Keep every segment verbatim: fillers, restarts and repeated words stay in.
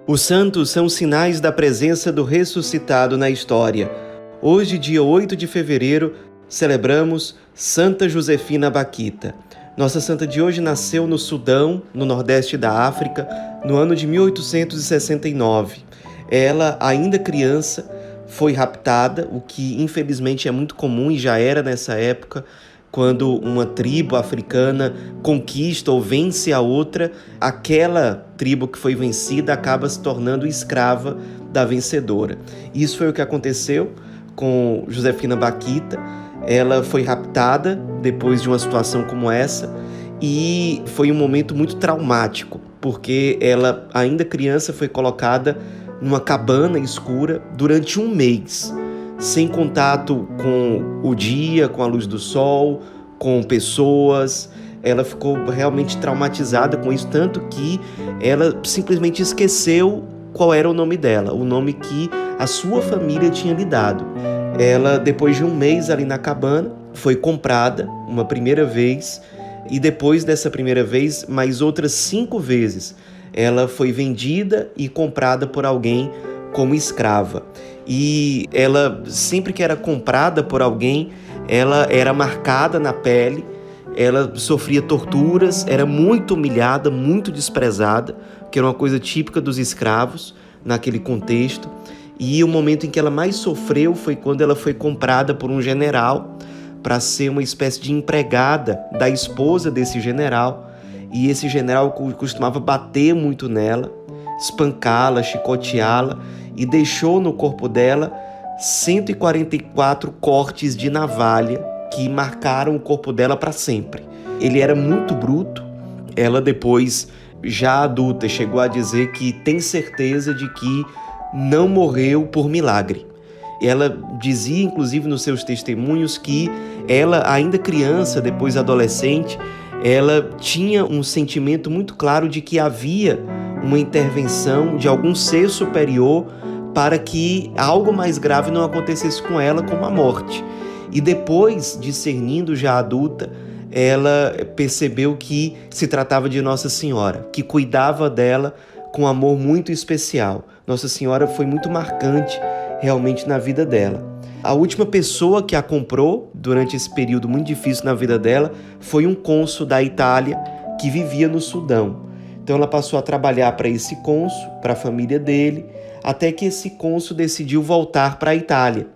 Os santos são sinais da presença do ressuscitado na história. Hoje, dia oito de fevereiro, celebramos Santa Josefina Baquita. Nossa santa de hoje nasceu no Sudão, no nordeste da África, no ano de mil oitocentos e sessenta e nove. Ela, ainda criança, foi raptada, o que infelizmente é muito comum e já era nessa época. Quando uma tribo africana conquista ou vence a outra, aquela tribo que foi vencida acaba se tornando escrava da vencedora. Isso foi o que aconteceu com Josefina Baquita. Ela foi raptada depois de uma situação como essa e foi um momento muito traumático, porque ela, ainda criança, foi colocada numa cabana escura durante um mês, sem contato com o dia, com a luz do sol, com pessoas. Ela ficou realmente traumatizada com isso, tanto que ela simplesmente esqueceu qual era o nome dela, o nome que a sua família tinha lhe dado. Ela, depois de um mês ali na cabana, foi comprada uma primeira vez e depois dessa primeira vez, mais outras cinco vezes, ela foi vendida e comprada por alguém como escrava. E ela, sempre que era comprada por alguém, ela era marcada na pele, ela sofria torturas, era muito humilhada, muito desprezada, que era uma coisa típica dos escravos naquele contexto. E o momento em que ela mais sofreu foi quando ela foi comprada por um general para ser uma espécie de empregada da esposa desse general. E esse general costumava bater muito nela, espancá-la, chicoteá-la, e deixou no corpo dela cento e quarenta e quatro cortes de navalha que marcaram o corpo dela para sempre. Ele era muito bruto. Ela depois, já adulta, chegou a dizer que tem certeza de que não morreu por milagre. Ela dizia, inclusive, nos seus testemunhos, que ela, ainda criança, depois adolescente, ela tinha um sentimento muito claro de que havia uma intervenção de algum ser superior para que algo mais grave não acontecesse com ela, como a morte. E depois, discernindo já adulta, ela percebeu que se tratava de Nossa Senhora, que cuidava dela com amor muito especial. Nossa Senhora foi muito marcante realmente na vida dela. A última pessoa que a comprou durante esse período muito difícil na vida dela foi um cônsul da Itália que vivia no Sudão. Então ela passou a trabalhar para esse cônsul, para a família dele, até que esse cônsul decidiu voltar para a Itália.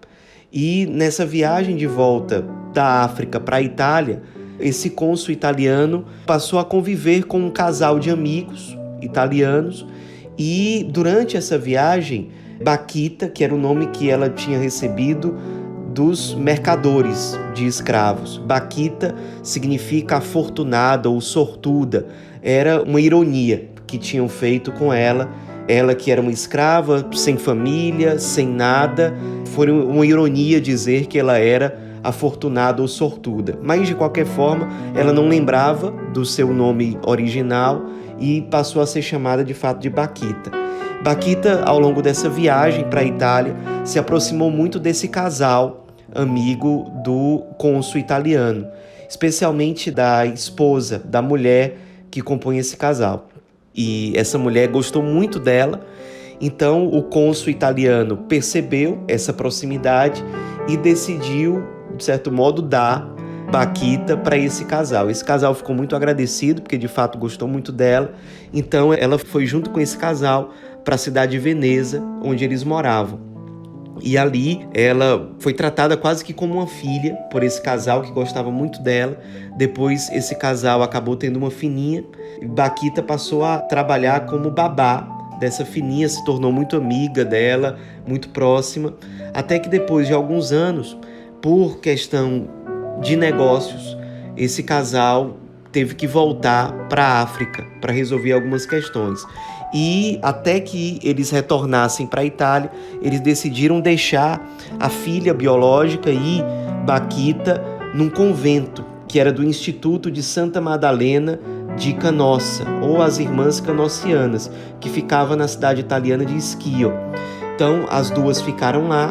E nessa viagem de volta da África para a Itália, esse cônsul italiano passou a conviver com um casal de amigos italianos. E durante essa viagem, Baquita, que era o nome que ela tinha recebido dos mercadores de escravos. Baquita significa afortunada ou sortuda. Era uma ironia que tinham feito com ela. Ela que era uma escrava, sem família, sem nada. Foi uma ironia dizer que ela era afortunada ou sortuda. Mas, de qualquer forma, ela não lembrava do seu nome original e passou a ser chamada de fato de Baquita. Baquita, ao longo dessa viagem para a Itália, se aproximou muito desse casal amigo do cônsul italiano, especialmente da esposa, da mulher que compõe esse casal. E essa mulher gostou muito dela, então o cônsul italiano percebeu essa proximidade e decidiu, de certo modo, dar Baquita para esse casal. Esse casal ficou muito agradecido, porque de fato gostou muito dela. Então ela foi junto com esse casal para a cidade de Veneza, onde eles moravam. E ali ela foi tratada quase que como uma filha por esse casal que gostava muito dela. Depois esse casal acabou tendo uma filhinha. Baquita passou a trabalhar como babá dessa filhinha, se tornou muito amiga dela, muito próxima. Até que depois de alguns anos, por questão de negócios, esse casal teve que voltar para a África para resolver algumas questões. E até que eles retornassem para a Itália, eles decidiram deixar a filha biológica e Baquita num convento, que era do Instituto de Santa Madalena de Canossa, ou as Irmãs Canossianas, que ficava na cidade italiana de Schio. Então, as duas ficaram lá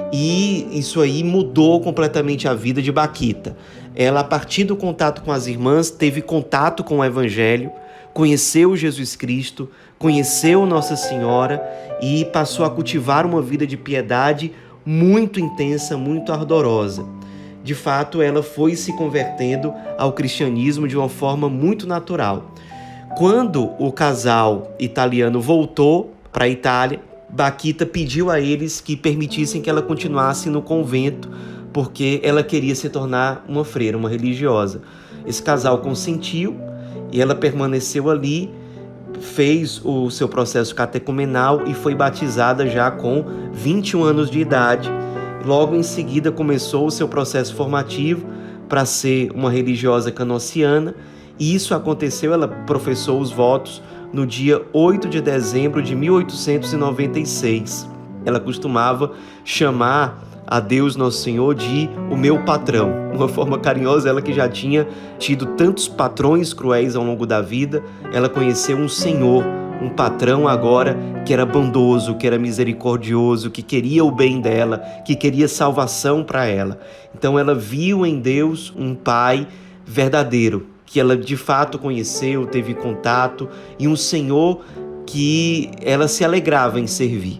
e isso aí mudou completamente a vida de Baquita. Ela, a partir do contato com as irmãs, teve contato com o Evangelho, conheceu Jesus Cristo, conheceu Nossa Senhora e passou a cultivar uma vida de piedade muito intensa, muito ardorosa. De fato, ela foi se convertendo ao cristianismo de uma forma muito natural. Quando o casal italiano voltou para a Itália, Bakhita pediu a eles que permitissem que ela continuasse no convento, porque ela queria se tornar uma freira, uma religiosa. Esse casal consentiu e ela permaneceu ali, fez o seu processo catecumenal e foi batizada já com vinte e um anos de idade. Logo em seguida começou o seu processo formativo para ser uma religiosa canossiana, e isso aconteceu, ela professou os votos no dia oito de dezembro de mil oitocentos e noventa e seis. Ela costumava chamar a Deus Nosso Senhor de o meu patrão, uma forma carinhosa. Ela que já tinha tido tantos patrões cruéis ao longo da vida, ela conheceu um Senhor, um patrão agora que era bondoso, que era misericordioso, que queria o bem dela, que queria salvação para ela. Então ela viu em Deus um Pai verdadeiro, que ela de fato conheceu, teve contato, e um Senhor que ela se alegrava em servir.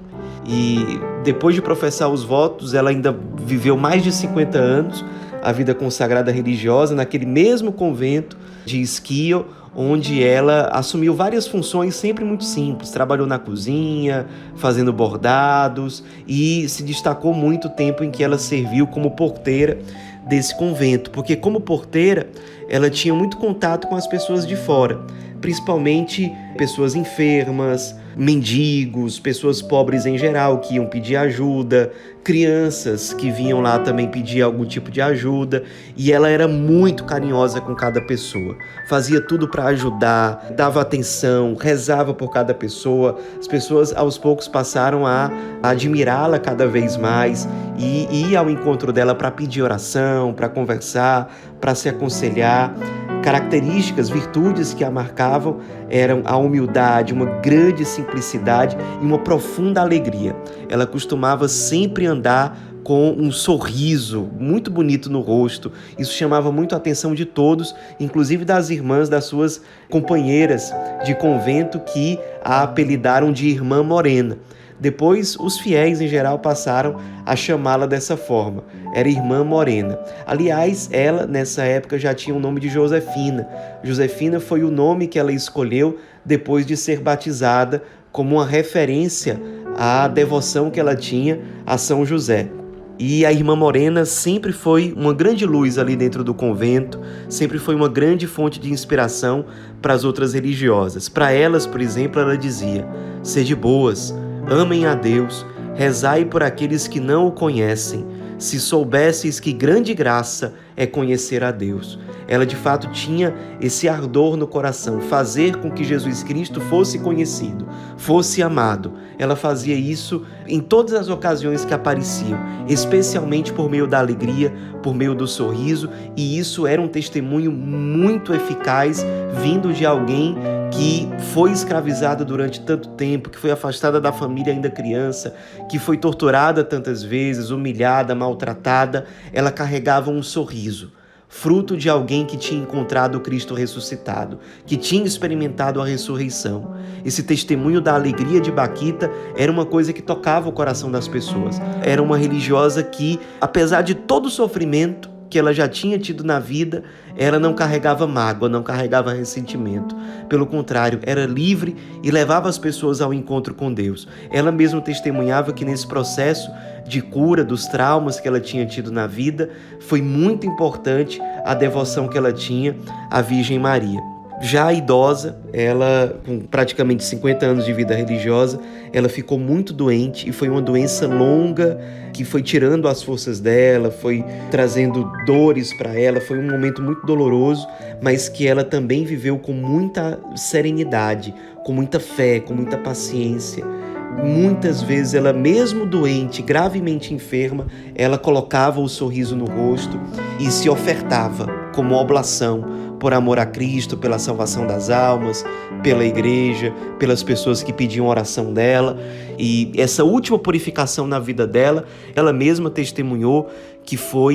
E depois de professar os votos, ela ainda viveu mais de cinquenta anos a vida consagrada religiosa naquele mesmo convento de Schio, onde ela assumiu várias funções sempre muito simples. Trabalhou na cozinha, fazendo bordados, e se destacou muito o tempo em que ela serviu como porteira desse convento, porque como porteira ela tinha muito contato com as pessoas de fora, principalmente pessoas enfermas, mendigos, pessoas pobres em geral que iam pedir ajuda, crianças que vinham lá também pedir algum tipo de ajuda, e ela era muito carinhosa com cada pessoa, fazia tudo para ajudar, dava atenção, rezava por cada pessoa. As pessoas aos poucos passaram a admirá-la cada vez mais e ir ao encontro dela para pedir oração, para conversar, para se aconselhar. Características, virtudes que a marcavam eram a humildade, uma grande simplicidade e uma profunda alegria. Ela costumava sempre andar com um sorriso muito bonito no rosto. Isso chamava muito a atenção de todos, inclusive das irmãs, das suas companheiras de convento, que a apelidaram de Irmã Morena. Depois, os fiéis em geral passaram a chamá-la dessa forma. Era Irmã Morena. Aliás, ela, nessa época, já tinha o nome de Josefina. Josefina foi o nome que ela escolheu depois de ser batizada, como uma referência à devoção que ela tinha a São José. E a Irmã Morena sempre foi uma grande luz ali dentro do convento, sempre foi uma grande fonte de inspiração para as outras religiosas. Para elas, por exemplo, ela dizia: sede boas, amem a Deus, rezai por aqueles que não o conhecem, se soubesseis que grande graça é conhecer a Deus. Ela de fato tinha esse ardor no coração, fazer com que Jesus Cristo fosse conhecido, fosse amado. Ela fazia isso em todas as ocasiões que apareciam, especialmente por meio da alegria, por meio do sorriso, e isso era um testemunho muito eficaz vindo de alguém que foi escravizada durante tanto tempo, que foi afastada da família ainda criança, que foi torturada tantas vezes, humilhada, maltratada. Ela carregava um sorriso, fruto de alguém que tinha encontrado o Cristo ressuscitado, que tinha experimentado a ressurreição. Esse testemunho da alegria de Bakhita era uma coisa que tocava o coração das pessoas. Era uma religiosa que, apesar de todo o sofrimento que ela já tinha tido na vida, ela não carregava mágoa, não carregava ressentimento. Pelo contrário, era livre e levava as pessoas ao encontro com Deus. Ela mesma testemunhava que nesse processo de cura dos traumas que ela tinha tido na vida, foi muito importante a devoção que ela tinha à Virgem Maria. Já idosa, ela com praticamente cinquenta anos de vida religiosa, ela ficou muito doente, e foi uma doença longa que foi tirando as forças dela, foi trazendo dores para ela. Foi um momento muito doloroso, mas que ela também viveu com muita serenidade, com muita fé, com muita paciência. Muitas vezes ela, mesmo doente, gravemente enferma, ela colocava o sorriso no rosto e se ofertava como oblação por amor a Cristo, pela salvação das almas, pela igreja, pelas pessoas que pediam oração dela. E essa última purificação na vida dela, ela mesma testemunhou que foi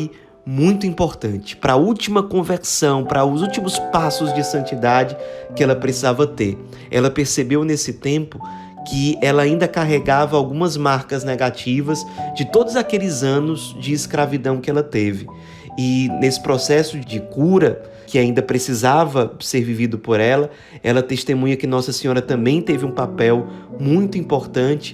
muito importante para a última conversão, para os últimos passos de santidade que ela precisava ter. Ela percebeu nesse tempo que ela ainda carregava algumas marcas negativas de todos aqueles anos de escravidão que ela teve. E nesse processo de cura, que ainda precisava ser vivido por ela, ela testemunha que Nossa Senhora também teve um papel muito importante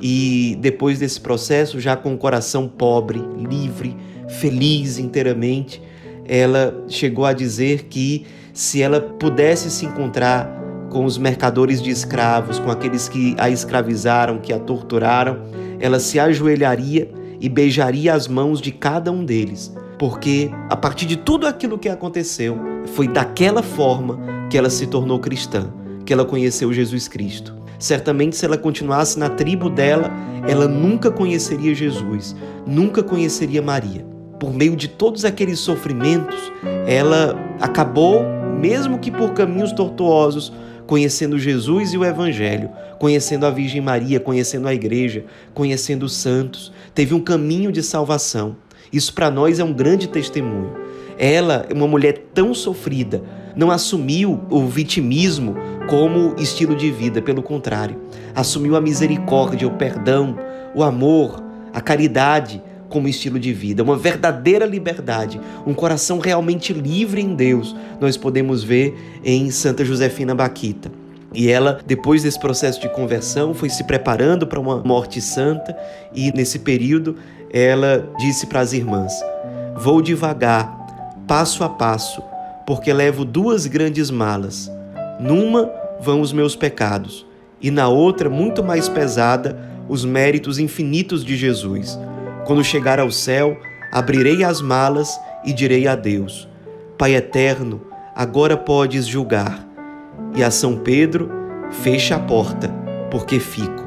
e depois desse processo, já com o coração pobre, livre, feliz inteiramente, ela chegou a dizer que se ela pudesse se encontrar com os mercadores de escravos, com aqueles que a escravizaram, que a torturaram, ela se ajoelharia e beijaria as mãos de cada um deles, porque a partir de tudo aquilo que aconteceu, foi daquela forma que ela se tornou cristã, que ela conheceu Jesus Cristo. Certamente, se ela continuasse na tribo dela, ela nunca conheceria Jesus, nunca conheceria Maria. Por meio de todos aqueles sofrimentos, ela acabou, mesmo que por caminhos tortuosos, conhecendo Jesus e o Evangelho, conhecendo a Virgem Maria, conhecendo a Igreja, conhecendo os santos. Teve um caminho de salvação. Isso para nós é um grande testemunho. Ela, uma mulher tão sofrida, não assumiu o vitimismo como estilo de vida, pelo contrário, assumiu a misericórdia, o perdão, o amor, a caridade como estilo de vida, uma verdadeira liberdade, um coração realmente livre em Deus, nós podemos ver em Santa Josefina Baquita. E ela, depois desse processo de conversão, foi se preparando para uma morte santa e, nesse período, ela disse para as irmãs: vou devagar, passo a passo, porque levo duas grandes malas. Numa vão os meus pecados e na outra, muito mais pesada, os méritos infinitos de Jesus. Quando chegar ao céu, abrirei as malas e direi a Deus: Pai eterno, agora podes julgar. E a São Pedro: fecha a porta, porque fico.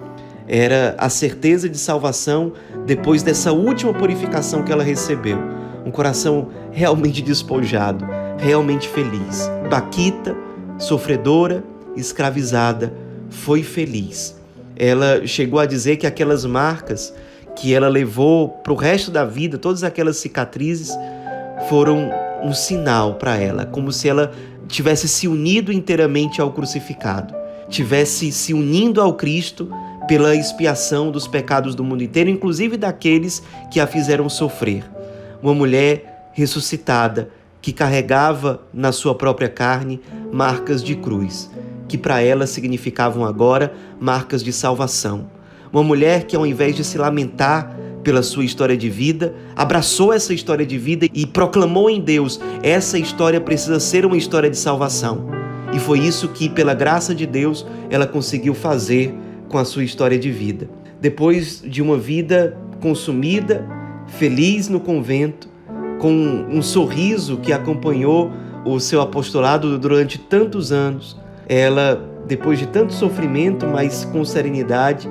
Era a certeza de salvação depois dessa última purificação que ela recebeu. Um coração realmente despojado, realmente feliz. Baquita, sofredora, escravizada, foi feliz. Ela chegou a dizer que aquelas marcas que ela levou para o resto da vida, todas aquelas cicatrizes, foram um sinal para ela, como se ela tivesse se unido inteiramente ao crucificado, tivesse se unindo ao Cristo pela expiação dos pecados do mundo inteiro, inclusive daqueles que a fizeram sofrer. Uma mulher ressuscitada que carregava na sua própria carne marcas de cruz, que para ela significavam agora marcas de salvação. Uma mulher que, ao invés de se lamentar pela sua história de vida, abraçou essa história de vida e proclamou em Deus: essa história precisa ser uma história de salvação. E foi isso que, pela graça de Deus, ela conseguiu fazer com a sua história de vida. Depois de uma vida consumida, feliz no convento, com um sorriso que acompanhou o seu apostolado durante tantos anos, ela, depois de tanto sofrimento, mas com serenidade,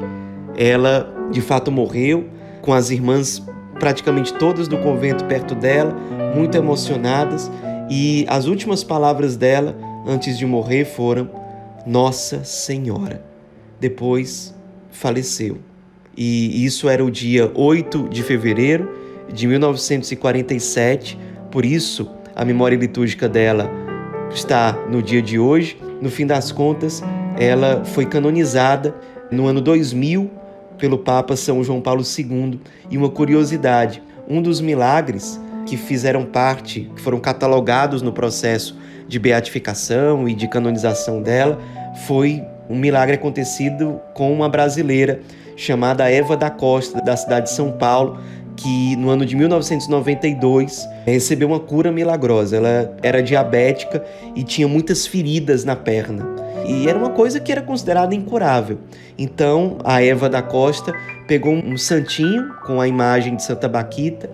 ela de fato morreu, com as irmãs praticamente todas do convento perto dela, muito emocionadas, e as últimas palavras dela antes de morrer foram: Nossa Senhora. Depois faleceu. E isso era o dia oito de fevereiro de mil novecentos e quarenta e sete, por isso a memória litúrgica dela está no dia de hoje. No fim das contas, ela foi canonizada no ano dois mil pelo Papa São João Paulo segundo. E uma curiosidade, um dos milagres que fizeram parte, que foram catalogados no processo de beatificação e de canonização dela, foi um milagre acontecido com uma brasileira chamada Eva da Costa, da cidade de São Paulo, que no ano de mil novecentos e noventa e dois recebeu uma cura milagrosa. Ela era diabética e tinha muitas feridas na perna. E era uma coisa que era considerada incurável. Então, a Eva da Costa pegou um santinho com a imagem de Santa Baquita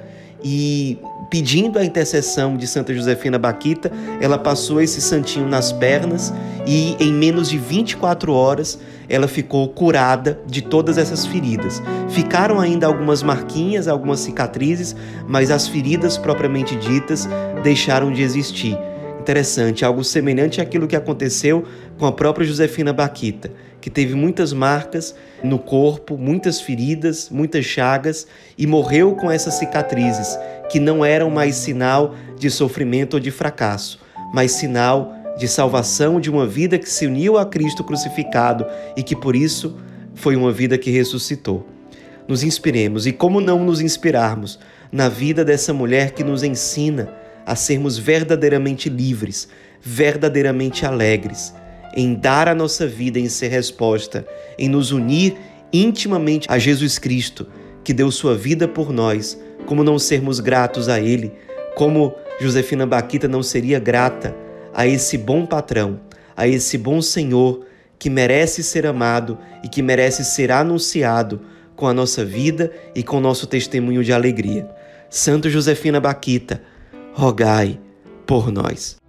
e, pedindo a intercessão de Santa Josefina Baquita, ela passou esse santinho nas pernas e, em menos de vinte e quatro horas, ela ficou curada de todas essas feridas. Ficaram ainda algumas marquinhas, algumas cicatrizes, mas as feridas propriamente ditas deixaram de existir. Interessante, algo semelhante àquilo que aconteceu com a própria Josefina Baquita, que teve muitas marcas no corpo, muitas feridas, muitas chagas e morreu com essas cicatrizes que não eram mais sinal de sofrimento ou de fracasso, mas sinal de salvação de uma vida que se uniu a Cristo crucificado e que por isso foi uma vida que ressuscitou. Nos inspiremos, e como não nos inspirarmos na vida dessa mulher que nos ensina a sermos verdadeiramente livres, verdadeiramente alegres, em dar a nossa vida, em ser resposta, em nos unir intimamente a Jesus Cristo, que deu sua vida por nós. Como não sermos gratos a Ele? Como Josefina Baquita não seria grata a esse bom patrão, a esse bom Senhor que merece ser amado e que merece ser anunciado com a nossa vida e com o nosso testemunho de alegria? Santa Josefina Baquita, rogai por nós.